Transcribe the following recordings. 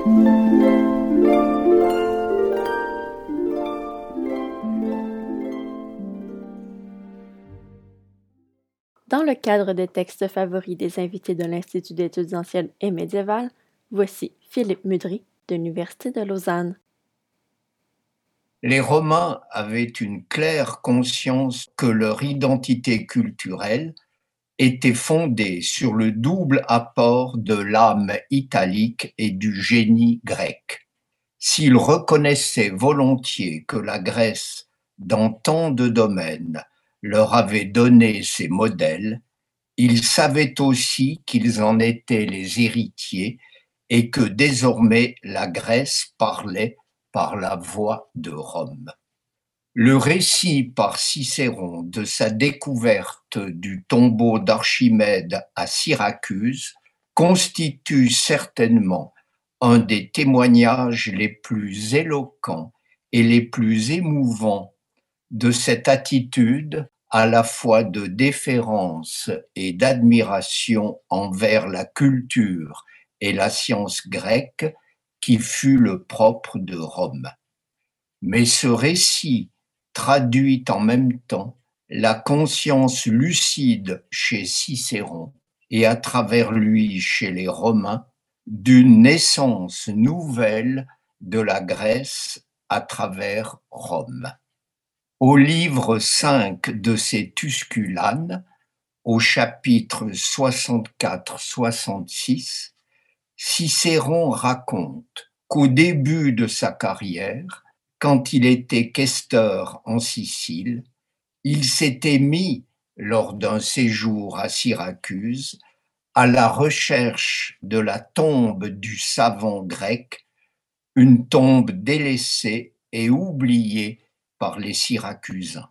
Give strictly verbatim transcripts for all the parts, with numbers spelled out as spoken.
Dans le cadre des textes favoris des invités de l'Institut d'études anciennes et médiévales, voici Philippe Mudry de l'Université de Lausanne. Les Romains avaient une claire conscience que leur identité culturelle était fondée sur le double apport de l'âme italique et du génie grec. S'ils reconnaissaient volontiers que la Grèce, dans tant de domaines, leur avait donné ses modèles, ils savaient aussi qu'ils en étaient les héritiers et que désormais la Grèce parlait par la voix de Rome. Le récit par Cicéron de sa découverte du tombeau d'Archimède à Syracuse constitue certainement un des témoignages les plus éloquents et les plus émouvants de cette attitude à la fois de déférence et d'admiration envers la culture et la science grecque qui fut le propre de Rome. Mais ce récit traduit en même temps la conscience lucide chez Cicéron et à travers lui chez les Romains d'une naissance nouvelle de la Grèce à travers Rome. Au livre cinq de ses Tusculanes, au chapitre soixante-quatre soixante-six, Cicéron raconte qu'au début de sa carrière, quand il était questeur en Sicile, il s'était mis, lors d'un séjour à Syracuse, à la recherche de la tombe du savant grec, une tombe délaissée et oubliée par les Syracusains.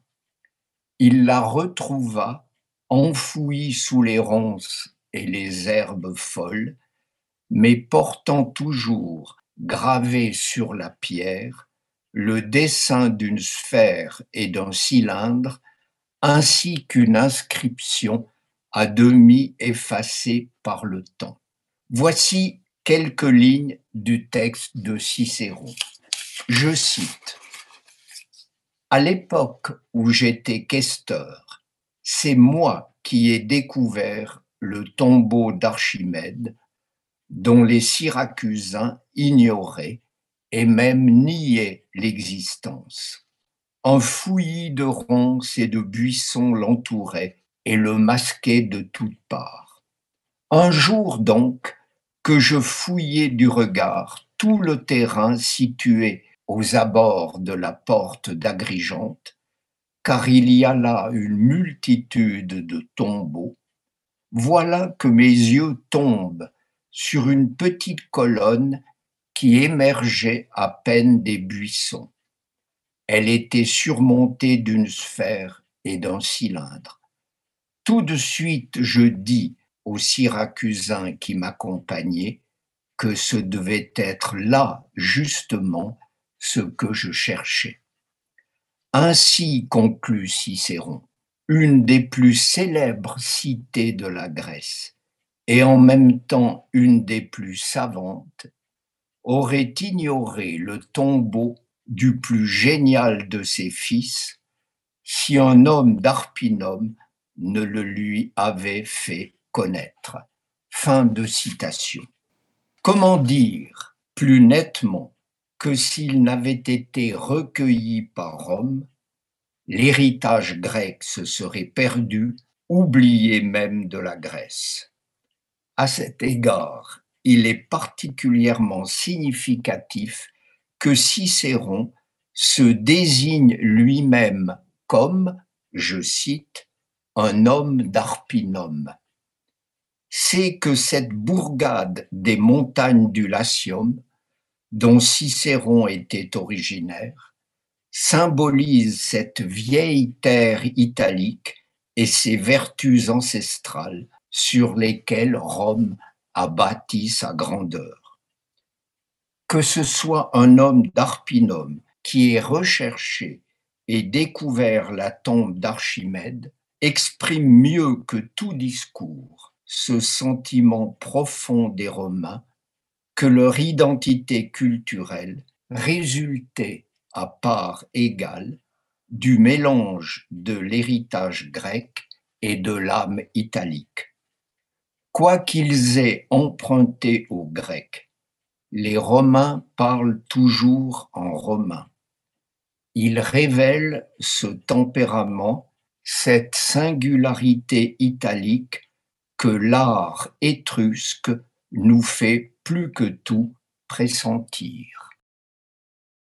Il la retrouva enfouie sous les ronces et les herbes folles, mais portant toujours, gravé sur la pierre, le dessin d'une sphère et d'un cylindre, ainsi qu'une inscription à demi effacée par le temps. Voici quelques lignes du texte de Cicéron. Je cite: « À l'époque où j'étais questeur, c'est moi qui ai découvert le tombeau d'Archimède, dont les Syracusains ignoraient et même niaient l'existence. Un fouillis de ronces et de buissons l'entourait et le masquait de toutes parts. Un jour donc, que je fouillais du regard tout le terrain situé aux abords de la porte d'Agrigente, car il y a là une multitude de tombeaux, voilà que mes yeux tombent sur une petite colonne qui émergeait à peine des buissons. Elle était surmontée d'une sphère et d'un cylindre. Tout de suite, je dis aux Syracusains qui m'accompagnaient que ce devait être là, justement, ce que je cherchais. Ainsi conclut Cicéron, une des plus célèbres cités de la Grèce, et en même temps une des plus savantes, aurait ignoré le tombeau du plus génial de ses fils si un homme d'Arpinum ne le lui avait fait connaître. » Fin de citation. Comment dire plus nettement que s'il n'avait été recueilli par Rome, l'héritage grec se serait perdu, oublié même de la Grèce. À cet égard, il est particulièrement significatif que Cicéron se désigne lui-même comme, je cite, un homme d'Arpinum. C'est que cette bourgade des montagnes du Latium, dont Cicéron était originaire, symbolise cette vieille terre italique et ses vertus ancestrales sur lesquelles Rome a bâti sa grandeur. Que ce soit un homme d'Arpinum qui ait recherché et découvert la tombe d'Archimède exprime mieux que tout discours ce sentiment profond des Romains que leur identité culturelle résultait à part égale du mélange de l'héritage grec et de l'âme italique. Quoi qu'ils aient emprunté aux Grecs, les Romains parlent toujours en romain. Ils révèlent ce tempérament, cette singularité italique que l'art étrusque nous fait plus que tout pressentir.